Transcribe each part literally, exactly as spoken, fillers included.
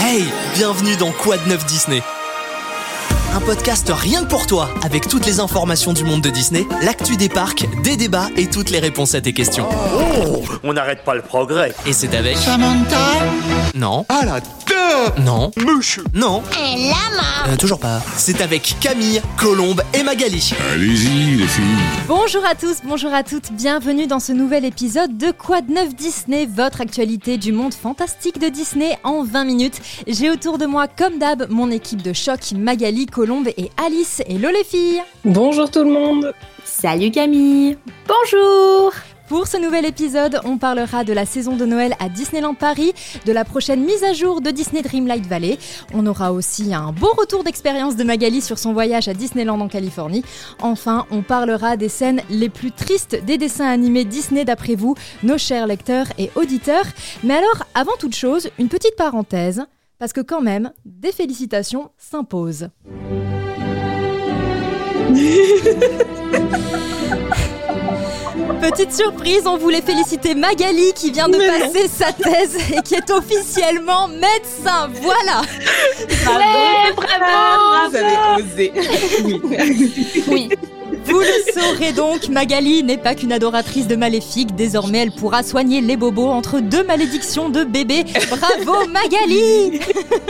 Hey, bienvenue dans Quoi de neuf Disney. Un podcast rien que pour toi, avec toutes les informations du monde de Disney, l'actu des parcs, des débats et toutes les réponses à tes questions. Oh, on n'arrête pas le progrès. Et c'est avec... Samantha. Non. Ah la deux. Non. Monsieur. Non. Un lama. Euh, toujours pas. C'est avec Camille, Colombe et Magali. Allez-y les filles. Bonjour à tous, bonjour à toutes, bienvenue dans ce nouvel épisode de Quoi de neuf Disney, votre actualité du monde fantastique de Disney en vingt minutes. J'ai autour de moi, comme d'hab, mon équipe de choc, Magali, Colombe et Alice. Hello les filles. Bonjour tout le monde. Salut Camille. Bonjour. Pour ce nouvel épisode, on parlera de la saison de Noël à Disneyland Paris, de la prochaine mise à jour de Disney Dreamlight Valley. On aura aussi un beau retour d'expérience de Magali sur son voyage à Disneyland en Californie. Enfin, on parlera des scènes les plus tristes des dessins animés Disney d'après vous, nos chers lecteurs et auditeurs. Mais alors, avant toute chose, une petite parenthèse, parce que quand même, des félicitations s'imposent. Petite surprise, on voulait féliciter Magali qui vient de Mais passer sa thèse et qui est officiellement médecin. Voilà. Ouais, bravo. Vous avez osé. Oui. Oui. Vous le saurez donc, Magali n'est pas qu'une adoratrice de maléfiques. Désormais, elle pourra soigner les bobos entre deux malédictions de bébé. Bravo Magali.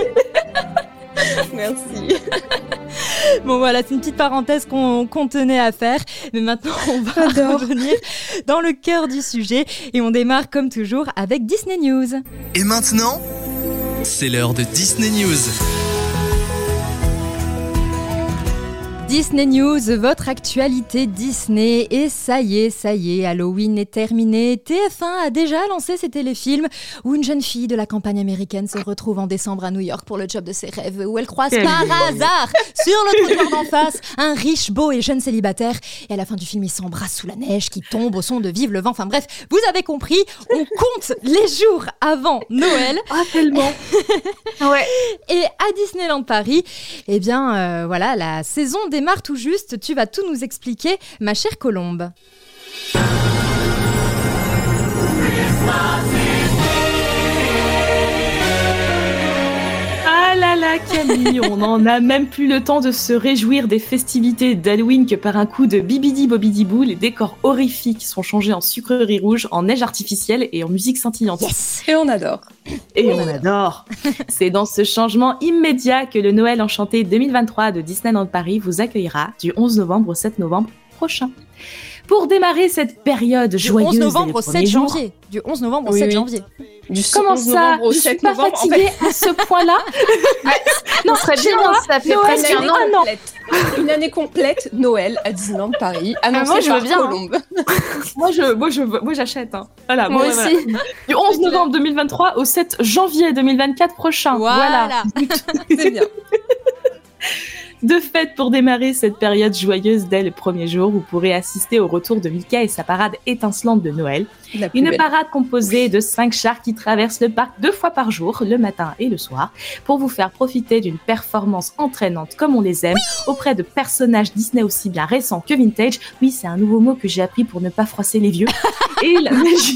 Merci. Bon voilà, c'est une petite parenthèse qu'on, qu'on tenait à faire. Mais maintenant, on va J'adore. revenir dans le cœur du sujet. Et on démarre comme toujours avec Disney News. Et maintenant, c'est l'heure de Disney News. Disney News, votre actualité Disney. Et ça y est, ça y est, Halloween est terminé. T F un a déjà lancé ses téléfilms où une jeune fille de la campagne américaine se retrouve en décembre à New York pour le job de ses rêves, où elle croise par hasard sur le trottoir d'en face un riche, beau et jeune célibataire. Et à la fin du film, ils s'embrassent sous la neige qui tombe au son de Vive le vent. Enfin bref, vous avez compris, on compte les jours avant Noël. Ah, tellement. Ouais. Et à Disneyland Paris, eh bien, euh, voilà, la saison démarre tout juste. Tu vas tout nous expliquer, ma chère Colombe. Ah là là Camille, on n'en a même plus le temps de se réjouir des festivités d'Halloween que par un coup de bibidi bobidi bou, les décors horrifiques sont changés en sucreries rouges, en neige artificielle et en musique scintillante. Yes. Et on adore. Et on adore. C'est dans ce changement immédiat que le Noël Enchanté deux mille vingt-trois de Disneyland Paris vous accueillera du onze novembre au sept novembre prochain. Pour démarrer cette période Du joyeuse onze novembre au dès les sept premiers jours- janvier. Du onze novembre au Oui, sept oui. janvier. Du Comment onze ça novembre au Je suis sept pas novembre. fatiguée En à ce point-là. Non, ce serait bien, Dis-moi, ça fait Noël, presque c'est un an. un an. fait, une année complète Noël à Disneyland Paris, annoncée moi, je par veux bien, hein. Colombe. Moi, je, moi, je, moi, j'achète. Hein. Voilà, Moi bon, aussi. voilà. Du onze novembre deux mille vingt-trois au sept janvier deux mille vingt-quatre prochain. Voilà. C'est bien. De fait, pour démarrer cette période joyeuse dès le premier jour, vous pourrez assister au retour de Mickey et sa parade étincelante de Noël. La plus Une belle. parade composée de cinq chars qui traversent le parc deux fois par jour, le matin et le soir, pour vous faire profiter d'une performance entraînante comme on les aime, auprès de personnages Disney aussi bien récents que vintage. Oui, c'est un nouveau mot que j'ai appris pour ne pas froisser les vieux. Et la magie...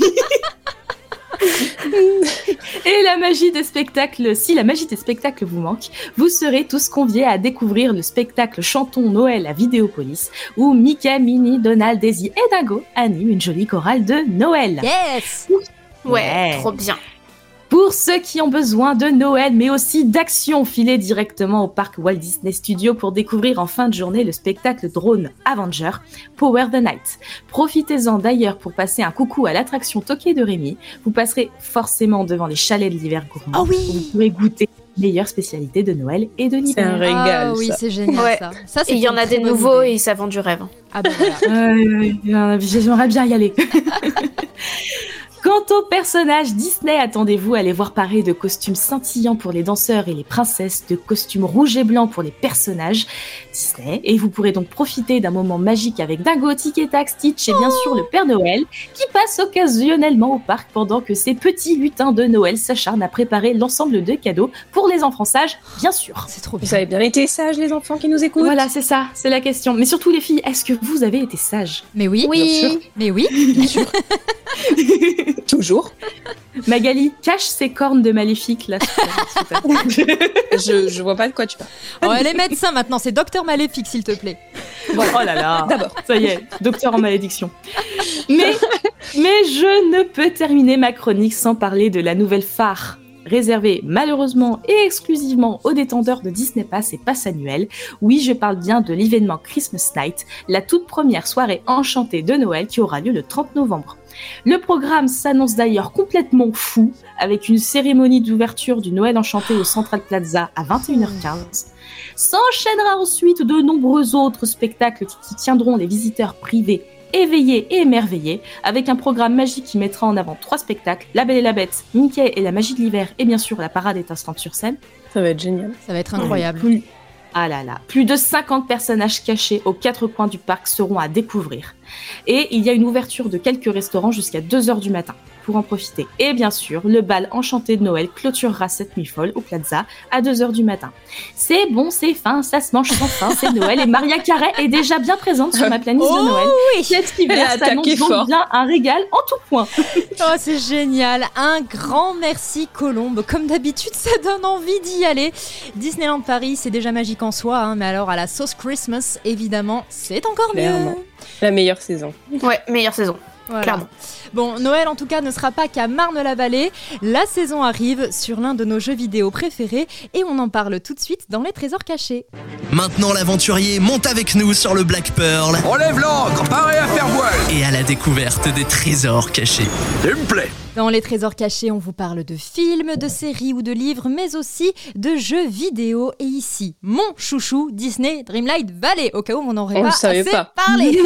Et la magie des spectacles, si la magie des spectacles vous manque, vous serez tous conviés à découvrir le spectacle Chantons Noël à Vidéopolis, où Mickey, Minnie, Donald, Daisy et Dingo animent une jolie chorale de Noël. Yes. Ouais, Ouais. trop bien. Pour ceux qui ont besoin de Noël, mais aussi d'action, filez directement au parc Walt Disney Studios pour découvrir en fin de journée le spectacle drone Avenger, Power the Night. Profitez-en d'ailleurs pour passer un coucou à l'attraction Toqué de Rémy. Vous passerez forcément devant les chalets de l'hiver gourmand. Oh oui. Où vous pourrez goûter les meilleures spécialités de Noël et de C'est un l'hiver. régal. Ah oui, ça. c'est génial Ouais. ça. Ça c'est Et il y en une a très des bonne nouveaux idée. et ça vend du rêve. Ah bah voilà. Euh, euh, J'aimerais bien y aller. Quant aux personnages Disney, attendez-vous à les voir parer de costumes scintillants pour les danseurs et les princesses, de costumes rouges et blancs pour les personnages Disney. Et vous pourrez donc profiter d'un moment magique avec Dingo, Tic et Tac, Stitch et bien sûr le Père Noël, qui passe occasionnellement au parc pendant que ces petits lutins de Noël s'acharnent à préparer l'ensemble de cadeaux pour les enfants sages, bien sûr. C'est trop bien. Vous avez bien été sages, les enfants qui nous écoutent. Voilà, c'est ça, c'est la question. Mais surtout les filles, est-ce que vous avez été sages? Mais oui. Oui. Mais oui. Bien sûr. Toujours. Magali, cache ses cornes de maléfique là. je, je vois pas de quoi tu parles. Oh, elle est médecin maintenant, c'est Docteur Maléfique, s'il te plaît. Voilà. Oh là là. D'abord. Ça y est, docteur en malédiction. Mais, mais je ne peux terminer ma chronique sans parler de la nouvelle phare, réservée malheureusement et exclusivement aux détenteurs de Disney Pass et Pass annuel. Oui, je parle bien de l'événement Christmas Night, la toute première soirée enchantée de Noël qui aura lieu le trente novembre. Le programme s'annonce d'ailleurs complètement fou, avec une cérémonie d'ouverture du Noël enchanté au Central Plaza à vingt et une heures quinze. S'enchaînera ensuite de nombreux autres spectacles qui, qui tiendront les visiteurs privés éveillés et émerveillés, avec un programme magique qui mettra en avant trois spectacles, La Belle et la Bête, Mickey et la Magie de l'Hiver, et bien sûr la parade étincelante sur scène. Ça va être génial. Ça va être incroyable. Plus... Ah là là, plus de cinquante personnages cachés aux quatre coins du parc seront à découvrir. Et il y a une ouverture de quelques restaurants jusqu'à deux heures du matin pour en profiter. Et bien sûr, le bal enchanté de Noël clôturera cette nuit folle au Plaza à deux heures du matin. C'est bon, c'est fin, ça se mange sans fin, c'est Noël et Maria Carey est déjà bien présente sur ma planète oh de Noël. Oui, cet hiver s'annonce donc bien un régal en tout point. Oh, c'est génial. Un grand merci Colombe. Comme d'habitude, ça donne envie d'y aller. Disneyland Paris, c'est déjà magique en soi, hein, mais alors à la sauce Christmas, évidemment, c'est encore Clairement. mieux. La meilleure saison. Ouais, meilleure saison. Voilà. Clairement. Bon, Noël en tout cas ne sera pas qu'à Marne-la-Vallée. La saison arrive sur l'un de nos jeux vidéo préférés et on en parle tout de suite dans les trésors cachés. Maintenant l'aventurier monte avec nous sur le Black Pearl Enlève l'ancre, paré à faire voile. et à la découverte des trésors cachés. Il me plaît. Dans les trésors cachés, on vous parle de films, de séries ou de livres, mais aussi de jeux vidéo. Et ici, mon chouchou, Disney Dreamlight Valley, au cas où on n'aurait On pas le savait assez pas. parlé.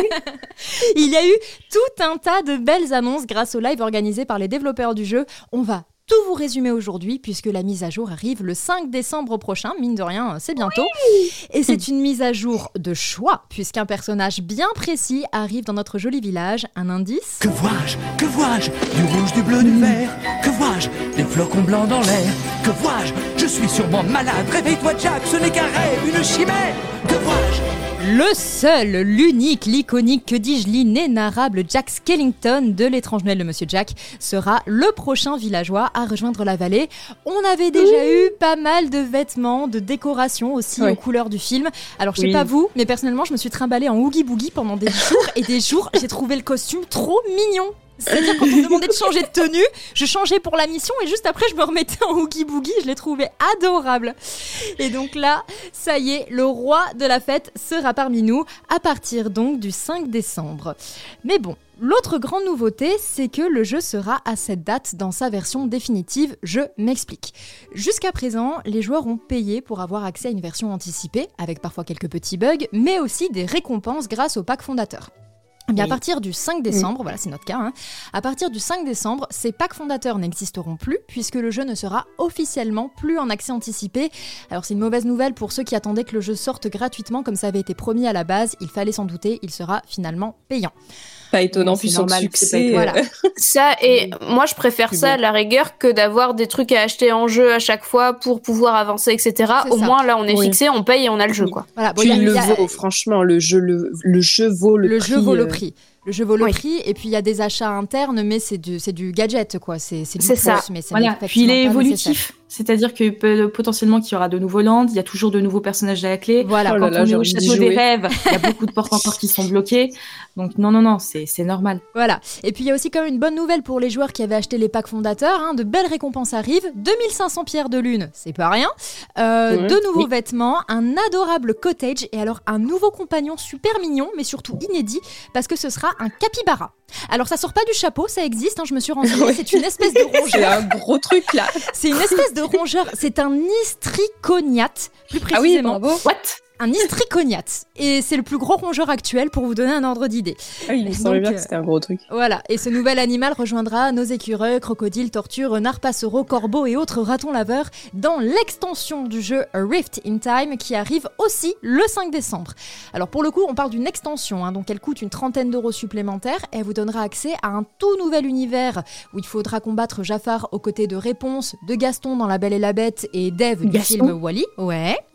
Il y a eu tout un tas de belles annonces grâce au live organisé par les développeurs du jeu. On va tout vous résumer aujourd'hui puisque la mise à jour arrive le cinq décembre prochain, mine de rien, c'est bientôt. Oui. Et c'est une mise à jour de choix puisqu'un personnage bien précis arrive dans notre joli village. Un indice ? Que vois-je ? Que vois-je ? Du rouge, du bleu, du vert. Que vois-je ? Des flocons blancs dans l'air. Que vois-je ? Je suis sûrement malade. Réveille-toi Jack, ce n'est qu'un rêve, une chimère. Que vois-je ? Le seul, l'unique, l'iconique, que dis-je, l'inénarrable Jack Skellington de l'étrange Noël de Monsieur Jack sera le prochain villageois à rejoindre la vallée. On avait déjà oui. eu pas mal de vêtements, de décorations aussi oui. aux couleurs du film. Alors je sais oui. pas vous, mais personnellement je me suis trimballée en Oogie Boogie pendant des jours et des jours. J'ai trouvé le costume trop mignon. C'est-à-dire quand on me demandait de changer de tenue, je changeais pour la mission et juste après je me remettais en Oogie Boogie. Je l'ai trouvé adorable. Et donc là, ça y est, le roi de la fête sera parmi nous à partir donc du cinq décembre. Mais bon, l'autre grande nouveauté, c'est que le jeu sera à cette date dans sa version définitive. Je m'explique. Jusqu'à présent, les joueurs ont payé pour avoir accès à une version anticipée, avec parfois quelques petits bugs, mais aussi des récompenses grâce au pack fondateur. Eh bien, oui. à partir du cinq décembre, oui. voilà, c'est notre cas, hein, à partir du cinq décembre, ces packs fondateurs n'existeront plus puisque le jeu ne sera officiellement plus en accès anticipé. Alors, c'est une mauvaise nouvelle pour ceux qui attendaient que le jeu sorte gratuitement comme ça avait été promis à la base. Il fallait s'en douter, il sera finalement payant. Pas étonnant, puis son succès. Voilà. Ça, et moi, je préfère ça à la rigueur que d'avoir des trucs à acheter en jeu à chaque fois pour pouvoir avancer, et cetera. C'est Au ça. moins, là, on est oui. fixé, on paye et on a le jeu, quoi. Voilà, bon, puis il le a... vaut, franchement, le jeu, le, le jeu vaut le, le prix. Le jeu vaut euh... le prix. Le jeu vaut le oui. prix, et puis il y a des achats internes, mais c'est du, c'est du gadget, quoi. C'est, c'est, du c'est ça. Mais c'est voilà. Puis il est évolutif. C'est-à-dire que peut, potentiellement qu'il y aura de nouveaux lands, il y a toujours de nouveaux personnages à la clé. Voilà. Oh Quand là, on est au château des rêves, il y a beaucoup de portes encore qui sont bloquées. Donc non, non, non, c'est, c'est normal. Voilà. Et puis il y a aussi quand même une bonne nouvelle pour les joueurs qui avaient acheté les packs fondateurs. Hein, de belles récompenses arrivent. deux mille cinq cents pierres de lune, c'est pas rien. Euh, mmh, de nouveaux oui. vêtements, un adorable cottage et alors un nouveau compagnon super mignon, mais surtout inédit, parce que ce sera un capybara. Alors ça sort pas du chapeau, ça existe, hein, je me suis renseignée, ouais. c'est une espèce de rongeur. C'est un gros truc là. C'est une espèce de rongeur, c'est un istriconiate, plus précisément. Ah oui, bravo. What ? Un istriconiate. Et c'est le plus gros rongeur actuel pour vous donner un ordre d'idée. Ah oui, il me semblait bien que c'était un gros truc. Voilà. Et ce nouvel animal rejoindra nos écureuils, crocodiles, tortues, renards, passereaux, corbeaux et autres ratons laveurs dans l'extension du jeu A Rift in Time qui arrive aussi le cinq décembre. Alors pour le coup, on parle d'une extension, hein, donc elle coûte une trentaine d'euros supplémentaires et elle vous donnera accès à un tout nouvel univers où il faudra combattre Jafar aux côtés de Réponse, de Gaston dans La Belle et la Bête et d'Ève du film Wall-E. Ouais.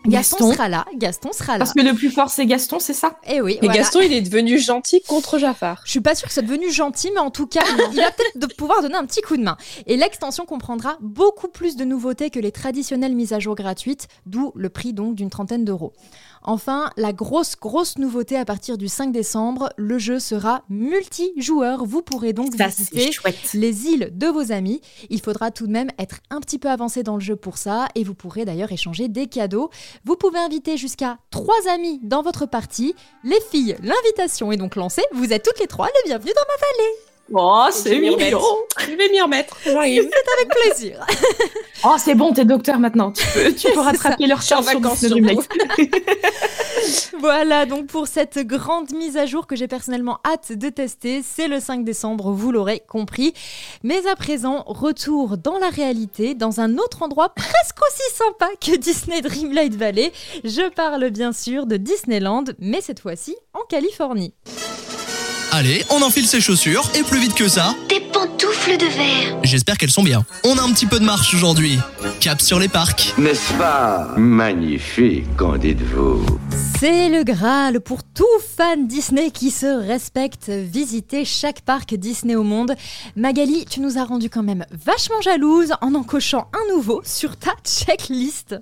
Gaston, Gaston sera là, Gaston sera là. Parce que le plus fort, c'est Gaston, c'est ça ? Et oui, Et voilà. Gaston, il est devenu gentil contre Jafar. Je suis pas sûre que c'est devenu gentil, mais en tout cas, il va peut-être de pouvoir donner un petit coup de main. Et l'extension comprendra beaucoup plus de nouveautés que les traditionnelles mises à jour gratuites, d'où le prix donc d'une trentaine d'euros. Enfin, la grosse, grosse nouveauté à partir du cinq décembre, le jeu sera multijoueur. Vous pourrez donc Ça, visiter c'est les îles de vos amis. Il faudra tout de même être un petit peu avancé dans le jeu pour ça, et vous pourrez d'ailleurs échanger des cadeaux. Vous pouvez inviter jusqu'à trois amis dans votre partie. Les filles, l'invitation est donc lancée. Vous êtes toutes les trois les bienvenues dans ma vallée. Oh, Je vais m'y remettre. Je vais m'y remettre. J'arrive. C'est avec plaisir. Oh, c'est bon, t'es docteur maintenant. Tu peux, tu peux rattraper leur Je suis en chance sur vacances Disney sur Dreamlight. Voilà donc pour cette grande mise à jour que j'ai personnellement hâte de tester. C'est le cinq décembre, vous l'aurez compris. Mais à présent, retour dans la réalité, dans un autre endroit presque aussi sympa que Disney Dreamlight Valley. Je parle bien sûr de Disneyland, mais cette fois-ci en Californie. Allez, on enfile ses chaussures et plus vite que ça, Des pantoufles de verre. j'espère qu'elles sont bien. On a un petit peu de marche aujourd'hui. Cap sur les parcs. N'est-ce pas magnifique, qu'en dites-vous ? C'est le Graal pour tout fan Disney qui se respecte. Visiter chaque parc Disney au monde. Magali, tu nous as rendu quand même vachement jalouse en en cochant un nouveau sur ta checklist.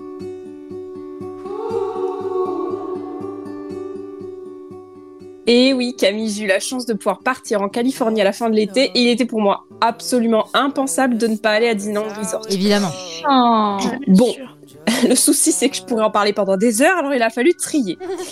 Et oui, Camille, j'ai eu la chance de pouvoir partir en Californie à la fin de l'été et il était pour moi absolument impensable de ne pas aller à Disneyland Resort. Évidemment. Oh. Bon, le souci c'est que je pourrais en parler pendant des heures, alors il a fallu trier.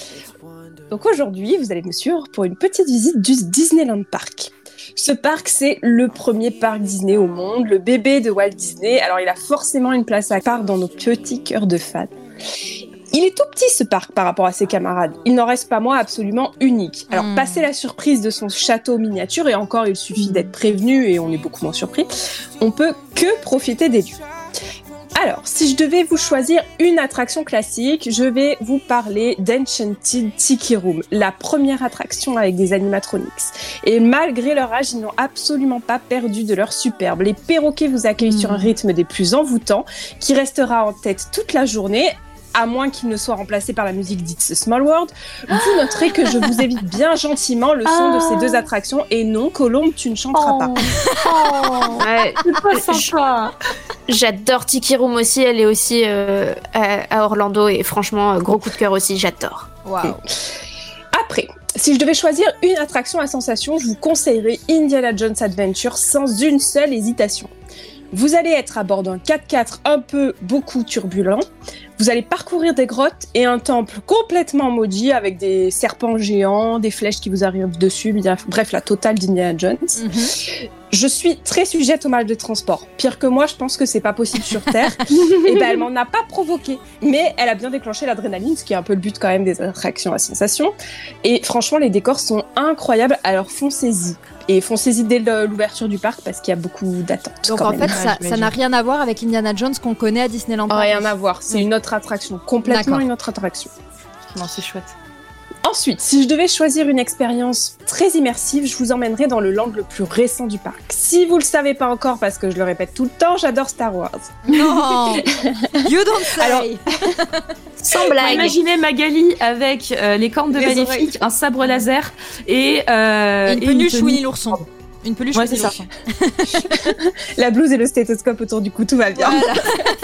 Donc aujourd'hui, vous allez me suivre pour une petite visite du Disneyland Park. Ce parc, c'est le premier parc Disney au monde, le bébé de Walt Disney, alors il a forcément une place à part dans nos petits cœurs de fans. Il est tout petit ce parc par rapport à ses camarades. Il n'en reste pas moins absolument unique. Alors, mmh. passer la surprise de son château miniature, et encore il suffit d'être prévenu et on est beaucoup moins surpris, on peut que profiter des lieux. Alors, si je devais vous choisir une attraction classique, je vais vous parler d'Enchanted Tiki Room, la première attraction avec des animatronics. Et malgré leur âge, ils n'ont absolument pas perdu de leur superbe. Les perroquets vous accueillent mmh. sur un rythme des plus envoûtants, qui restera en tête toute la journée, à moins qu'il ne soit remplacé par la musique d'It's a Small World. Vous noterez que je vous évite bien gentiment le son ah. de ces deux attractions, et non, Colombe, tu ne chanteras oh. pas. Oh. Ouais, c'est pas sympa. J'adore Tiki Room aussi, elle est aussi euh, à, à Orlando, et franchement, gros coup de cœur aussi, j'adore. Waouh. Après, si je devais choisir une attraction à sensation, je vous conseillerais Indiana Jones Adventure sans une seule hésitation. Vous allez être à bord d'un quatre-quatre un peu beaucoup turbulent. Vous allez parcourir des grottes et un temple complètement maudit avec des serpents géants, des flèches qui vous arrivent dessus, bref, la totale d'Indiana Jones. Mm-hmm. Je suis très sujette au mal de transport. Pire que moi, je pense que c'est pas possible sur Terre. Et ben, elle m'en a pas provoqué. Mais elle a bien déclenché l'adrénaline, ce qui est un peu le but quand même des attractions à sensation. Et franchement, les décors sont incroyables, alors foncez-y. Et foncez-y dès l'ouverture du parc parce qu'il y a beaucoup d'attentes. Donc quand en même. fait, ça, ça n'a rien à voir avec Indiana Jones qu'on connaît à Disneyland Paris. Rien à voir, c'est mmh. une autre attraction, complètement D'accord. une autre attraction. Non, c'est chouette. Ensuite, si je devais choisir une expérience très immersive, je vous emmènerais dans le land le plus récent du parc. Si vous le savez pas encore, parce que je le répète tout le temps, j'adore Star Wars. Non, you don't say. Alors, sans blague. Imaginez Magali avec euh, les cornes de les Maléfique, oreilles. Un sabre laser et, euh, et une peluche et une Winnie l'ourson. Une peluche ouais, Winnie l'ourson. La blouse et le stéthoscope autour du cou, tout va bien. Voilà.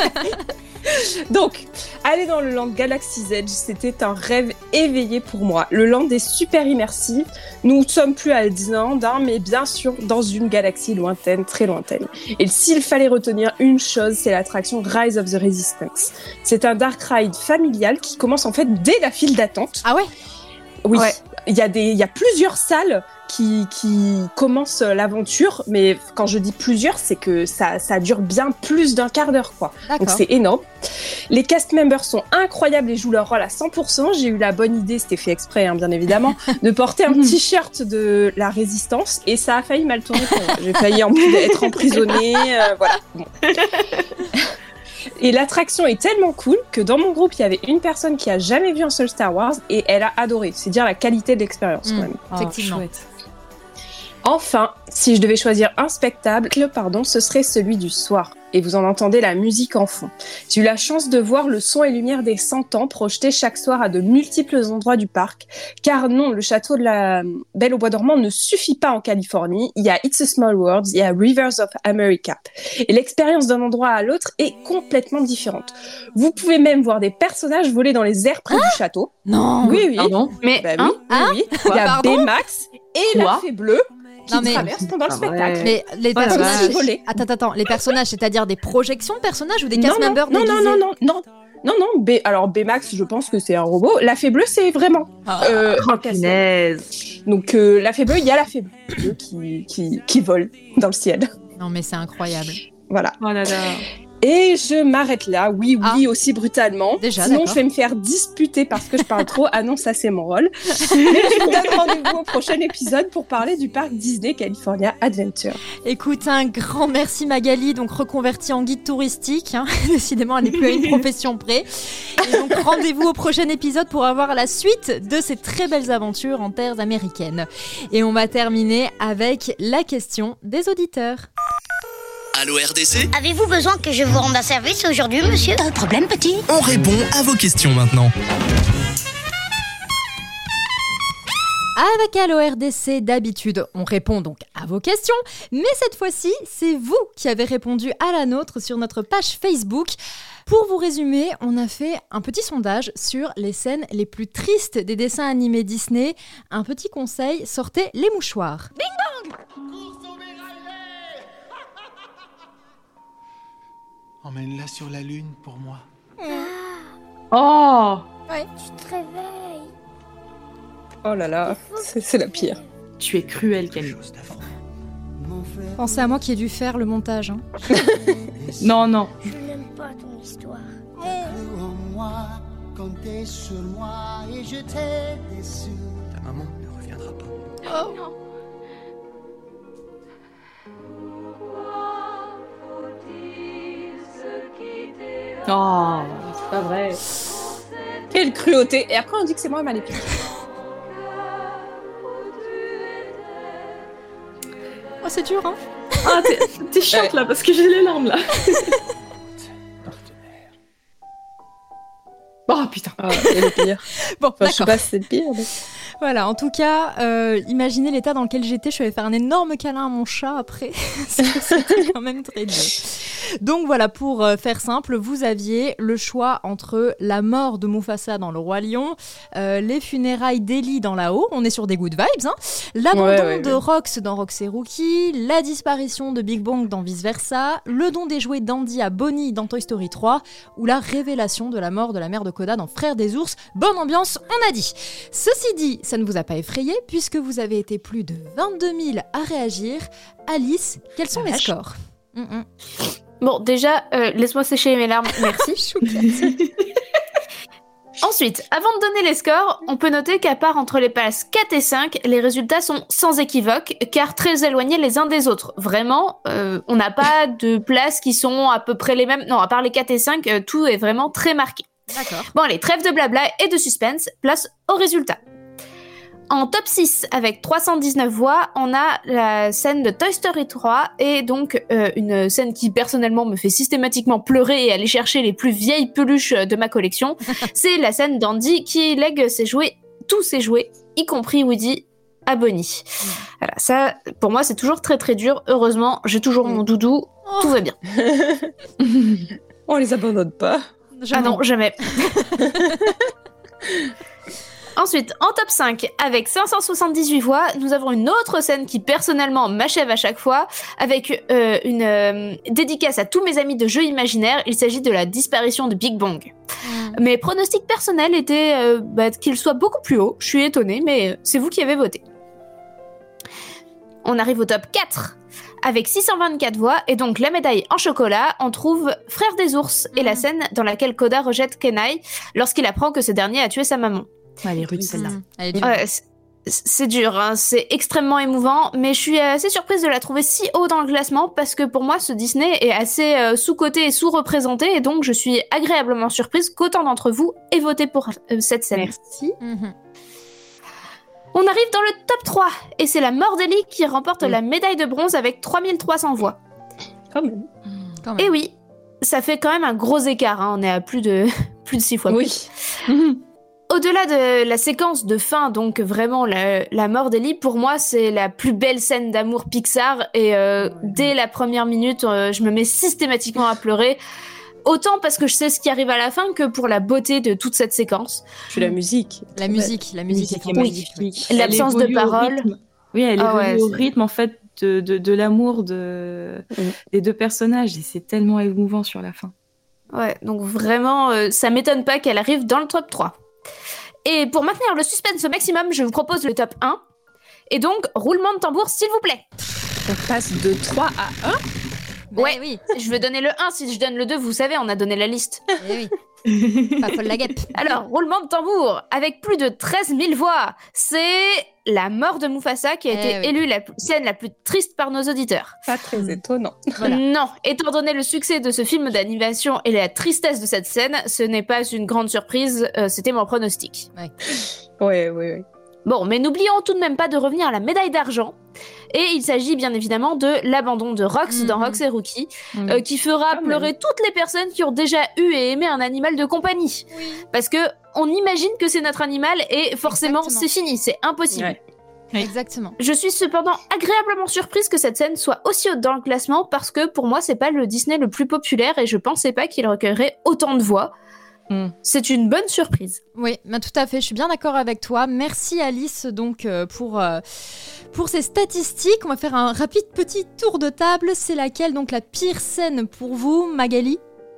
Donc, aller dans le land Galaxy's Edge, c'était un rêve éveillé pour moi. Le land est super immersif. Nous ne sommes plus à Disneyland, hein, mais bien sûr dans une galaxie lointaine, très lointaine. Et s'il fallait retenir une chose, c'est l'attraction Rise of the Resistance. C'est un dark ride familial qui commence en fait dès la file d'attente. Ah ouais ? Oui. Ouais. Il y a des, il y a plusieurs salles qui, qui commencent l'aventure, mais quand je dis plusieurs, c'est que ça, ça dure bien plus d'un quart d'heure, quoi. D'accord. Donc c'est énorme. Les cast members sont incroyables et jouent leur rôle à cent pour cent. J'ai eu la bonne idée, c'était fait exprès, hein, bien évidemment, de porter un t-shirt de la Résistance, et ça a failli mal tourner pour moi. J'ai failli en être emprisonnée, euh, voilà. Bon. Et l'attraction est tellement cool que dans mon groupe, il y avait une personne qui a jamais vu un seul Star Wars et elle a adoré. C'est dire la qualité de l'expérience, mmh. quand même. Oh, effectivement. Enfin, Si je devais choisir un spectacle, pardon, ce serait celui du soir. Et vous en entendez la musique en fond. J'ai eu la chance de voir le son et lumière des cent ans projetés chaque soir à de multiples endroits du parc. Car non, le château de la Belle au Bois dormant ne suffit pas en Californie. Il y a It's a Small World, il y a Rivers of America. Et l'expérience d'un endroit à l'autre est complètement différente. Vous pouvez même voir des personnages voler dans les airs près ah du château. Non. Oui, oui. Pardon. Mais bah, oui, hein oui, oui. Il y a Baymax et Quoi la Fée Bleue qui non, mais... traversent pendant le ah, spectacle. ouais. Mais les Voilà, personnages... voler. Attends, attends, les personnages, c'est-à-dire des projections de personnages ou des cast members non, déguisés? non, non, non, non. Non, non, B... alors Baymax, je pense que c'est un robot. La Fée Bleue, c'est vraiment. Ah. Euh, Oh, punaise. Donc, euh, la Fée Bleue, il y a la Fée Bleue qui, qui, qui vole dans le ciel. Non, mais c'est incroyable. Voilà. Oh là là. Et je m'arrête là, oui, oui, ah. aussi brutalement. Déjà, Sinon, d'accord. je vais me faire disputer parce que je parle trop. Ah non, ça, c'est mon rôle. Mais je vous donne rendez-vous au prochain épisode pour parler du parc Disney California Adventure. Écoute, un grand merci Magali, donc reconvertie en guide touristique. Hein. Décidément, elle n'est plus à une profession près. Et donc, rendez-vous au prochain épisode pour avoir la suite de ces très belles aventures en terres américaines. Et on va terminer avec la question des auditeurs. Allô R D C ? Avez-vous besoin que je vous rende un service aujourd'hui, monsieur? Pas de problème, petit. On répond à vos questions maintenant. Avec Allo R D C, d'habitude, on répond donc à vos questions, mais cette fois-ci, c'est vous qui avez répondu à la nôtre sur notre page Facebook. Pour vous résumer, on a fait un petit sondage sur les scènes les plus tristes des dessins animés Disney. Un petit conseil, sortez les mouchoirs. Bing bong! Emmène-la sur la lune pour moi. Oh. Ouais. Tu te réveilles. Oh là là, c'est, c'est la pire. Tu es cruel, Camille. Pensez à moi qui ai dû faire le montage. Hein. Non, non. Je n'aime pas ton histoire. Moi, comptez sur moi et je t'ai déçu. Ta maman ne reviendra pas. Oh non. Oh, c'est pas vrai. Quelle cruauté. Et après, on dit que c'est moi maléfique. Oh, c'est dur, hein. Ah, t'es, t'es chiante Ouais. là parce que j'ai les larmes là. Oh putain. Ah, c'est le pire. Bon, Enfin, je sais d'accord. pas si c'est le pire. Mais... Voilà, en tout cas, euh, imaginez l'état dans lequel j'étais. Je suis allée faire un énorme câlin à mon chat après. C'était quand même très dur. Donc voilà, pour euh, faire simple, vous aviez le choix entre la mort de Mufasa dans Le Roi Lion, euh, les funérailles d'Ellie dans La-haut, on est sur des good vibes, hein, l'abandon Ouais, ouais, de ouais. Rox dans Rox et Rookie, la disparition de Big Bang dans Vice Versa, le don des jouets d'Andy à Bonnie dans Toy Story trois, ou la révélation de la mort de la mère de Koda dans Frères des ours. Bonne ambiance, on a dit. Ceci dit, ça ne vous a pas effrayé puisque vous avez été plus de vingt-deux mille à réagir. Alice, quels sont les scores? Mm-mm. Bon, déjà, euh, laisse-moi sécher mes larmes, merci. Ensuite, avant de donner les scores, on peut noter qu'à part entre les places quatre et cinq, les résultats sont sans équivoque, car très éloignés les uns des autres. Vraiment, euh, on n'a pas de places qui sont à peu près les mêmes. Non, à part les quatre et cinq, euh, tout est vraiment très marqué. D'accord. Bon allez, trêve de blabla et de suspense, place aux résultats. En top six, avec trois cent dix-neuf voix, on a la scène de Toy Story trois, et donc euh, une scène qui personnellement me fait systématiquement pleurer et aller chercher les plus vieilles peluches de ma collection. C'est la scène d'Andy qui lègue ses jouets, tous ses jouets, y compris Woody, à Bonnie. Mm. Voilà, ça, pour moi, c'est toujours très très dur. Heureusement, j'ai toujours mon doudou, Oh. tout va bien. On les abandonne pas. Je Ah m'en- non, jamais. Ensuite, en top cinq, avec cinq cent soixante-dix-huit voix, nous avons une autre scène qui personnellement m'achève à chaque fois, avec euh, une euh, dédicace à tous mes amis de jeux imaginaires. Il s'agit de la disparition de Big Bang. Mm. Mes pronostics personnels étaient euh, bah, qu'il soit beaucoup plus haut. Je suis étonnée, mais c'est vous qui avez voté. On arrive au top quatre. Avec six cent vingt-quatre voix, et donc la médaille en chocolat, on trouve Frères des ours et la scène dans laquelle Koda rejette Kenai lorsqu'il apprend que ce dernier a tué sa maman. Elle est rude celle-là. Mm. Elle est dure. Ouais, c'est- c'est dur, hein, c'est extrêmement émouvant, mais je suis assez surprise de la trouver si haut dans le classement parce que pour moi ce Disney est assez euh, sous-coté et sous-représenté, et donc je suis agréablement surprise qu'autant d'entre vous aient voté pour euh, cette scène. Merci. Mhm. On arrive dans le top trois, et c'est la mort d'Ellie qui remporte mmh. la médaille de bronze avec trois mille trois cents voix. Quand même. Quand même. Et oui, ça fait quand même un gros écart, hein. On est à plus de, plus de six fois oui. plus. Au-delà de la séquence de fin, donc vraiment la, la mort d'Ellie, pour moi c'est la plus belle scène d'amour Pixar, et euh, ouais. dès la première minute, euh, je me mets systématiquement à pleurer. Autant parce que je sais ce qui arrive à la fin que pour la beauté de toute cette séquence. Puis la musique. La musique, la musique est magnifique. Oui. L'absence de parole. Oui, elle est ah ouais, au rythme en fait de, de, de l'amour de, mmh. des deux personnages, et c'est tellement émouvant sur la fin. Ouais, donc vraiment, euh, ça m'étonne pas qu'elle arrive dans le top trois. Et pour maintenir le suspense au maximum, je vous propose le top un. Et donc, roulement de tambour, s'il vous plaît. On passe de trois à un. Ben ouais, oui. Je veux donner le un, si je donne le deux, vous savez, on a donné la liste. Eh oui. Pas folle la guêpe. Alors, roulement de tambour, avec plus de treize mille voix, c'est la mort de Mufasa qui a eh été oui. élue la scène la plus triste par nos auditeurs. Pas très étonnant. Voilà. Non, étant donné le succès de ce film d'animation et la tristesse de cette scène, ce n'est pas une grande surprise, euh, c'était mon pronostic. Ouais. Ouais, ouais, ouais. Bon, mais n'oublions tout de même pas de revenir à la médaille d'argent. Et il s'agit bien évidemment de l'abandon de Rox mmh. dans Rox et Rookie, mmh. euh, qui fera ah, pleurer même. toutes les personnes qui ont déjà eu et aimé un animal de compagnie. Oui. Parce que on imagine que c'est notre animal et forcément Exactement. c'est fini, c'est impossible. Ouais. Oui. Exactement. Je suis cependant agréablement surprise que cette scène soit aussi haute dans le classement, parce que pour moi c'est pas le Disney le plus populaire et je pensais pas qu'il recueillerait autant de voix. Mm. C'est une bonne surprise. Oui, bah, tout à fait, je suis bien d'accord avec toi. Merci Alice donc euh, pour, euh, pour ces statistiques. On va faire un rapide petit tour de table. C'est laquelle donc la pire scène pour vous, Magali ?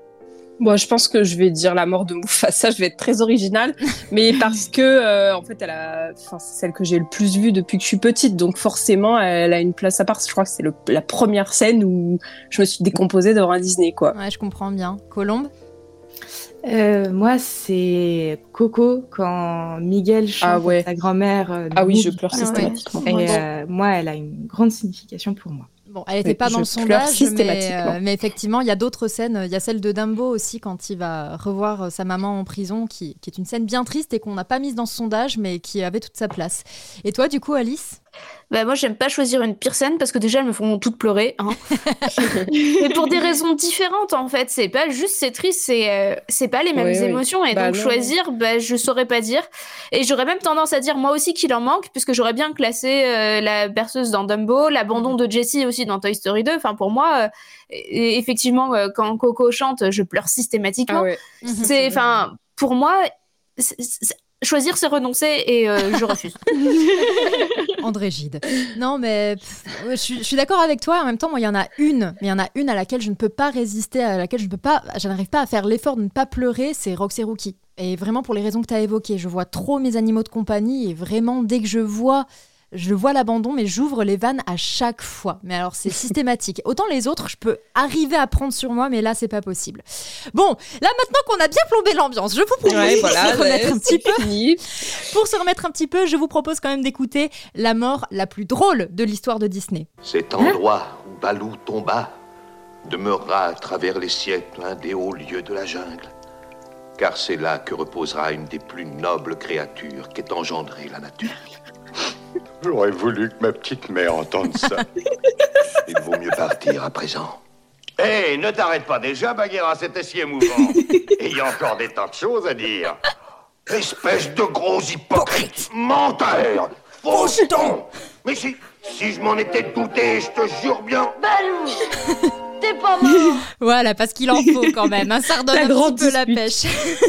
Bon, je pense que je vais dire la mort de Mufasa, je vais être très originale, mais parce que euh, en fait, elle a, enfin, c'est celle que j'ai le plus vue depuis que je suis petite, donc forcément, elle a une place à part. Je crois que c'est le, la première scène où je me suis décomposée devant un Disney, quoi. Ouais, je comprends bien. Colombe ? Euh, moi, c'est Coco, quand Miguel chante ah ouais. sa grand-mère. Euh, ah oui, je pleure systématiquement. Et euh, moi, elle a une grande signification pour moi. Bon, elle n'était oui, pas dans le sondage, mais, euh, mais effectivement, il y a d'autres scènes. Il y a celle de Dumbo aussi, quand il va revoir sa maman en prison, qui, qui est une scène bien triste et qu'on n'a pas mise dans ce sondage, mais qui avait toute sa place. Et toi, du coup, Alice ? Bah moi, j'aime pas choisir une pire scène parce que déjà, elles me font toutes pleurer. Hein. Mais pour des raisons différentes, en fait. C'est pas juste c'est triste, c'est, euh, c'est pas les mêmes oui, émotions. Oui. Et bah, donc, non. choisir, bah, je saurais pas dire. Et j'aurais même tendance à dire moi aussi qu'il en manque, puisque j'aurais bien classé euh, la berceuse dans Dumbo, l'abandon de Jessie aussi dans Toy Story deux. Enfin, pour moi, euh, et, effectivement, euh, quand Coco chante, je pleure systématiquement. Ah ouais. C'est, enfin, pour moi, c'est, c'est, choisir, c'est renoncer et euh, je refuse. André Gide. Non, mais pff, je, suis, je suis d'accord avec toi. En même temps, moi, il y en a une, mais il y en a une à laquelle je ne peux pas résister, à laquelle je ne peux pas, je n'arrive pas à faire l'effort de ne pas pleurer. C'est Rox et Rookie. Et vraiment pour les raisons que tu as évoquées, je vois trop mes animaux de compagnie et vraiment dès que je vois. Je vois l'abandon, mais j'ouvre les vannes à chaque fois. Mais alors, c'est systématique. Autant les autres, je peux arriver à prendre sur moi, mais là, c'est pas possible. Bon, là, maintenant qu'on a bien plombé l'ambiance, je vous propose ouais, pour, voilà, se remettre ouais, un petit peu, pour se remettre un petit peu, je vous propose quand même d'écouter la mort la plus drôle de l'histoire de Disney. Cet endroit où Balou tomba demeurera à travers les siècles un des hauts lieux de la jungle. Car c'est là que reposera une des plus nobles créatures qu'ait engendré la nature. J'aurais voulu que ma petite mère entende ça. Il vaut mieux partir à présent. Hé, hey, ne t'arrête pas déjà, Bagheera, c'était si émouvant. Et il y a encore des tas de choses à dire. Espèce de gros hypocrite, menteur, faucheton. Mais si, si je m'en étais douté, je te jure bien... Balou, t'es pas mort. Voilà, parce qu'il en faut quand même, hein, ça redonne un petit peu la pêche.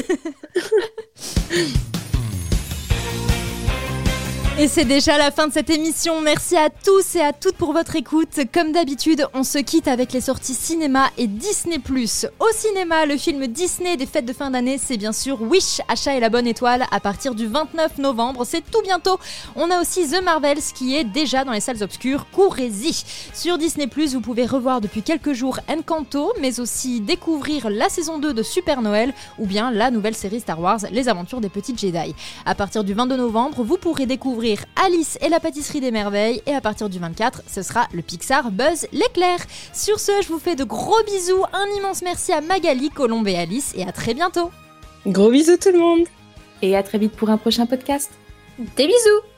Et c'est déjà la fin de cette émission. Merci à tous et à toutes pour votre écoute. Comme d'habitude, on se quitte avec les sorties cinéma et Disney plus. Au cinéma, le film Disney des fêtes de fin d'année, c'est bien sûr Wish, Achat et la bonne étoile à partir du vingt-neuf novembre. C'est tout bientôt. On a aussi The Marvels qui est déjà dans les salles obscures. Courez-y. Sur Disney plus, vous pouvez revoir depuis quelques jours Encanto, mais aussi découvrir la saison deux de Super Noël ou bien la nouvelle série Star Wars, Les Aventures des Petites Jedi. À partir du vingt-deux novembre, vous pourrez découvrir Alice et la pâtisserie des merveilles et à partir du vingt-quatre, ce sera le Pixar Buzz l'éclair. Sur ce, je vous fais de gros bisous, un immense merci à Magali, Colombe et Alice et à très bientôt. Gros bisous tout le monde. Et à très vite pour un prochain podcast. Des bisous.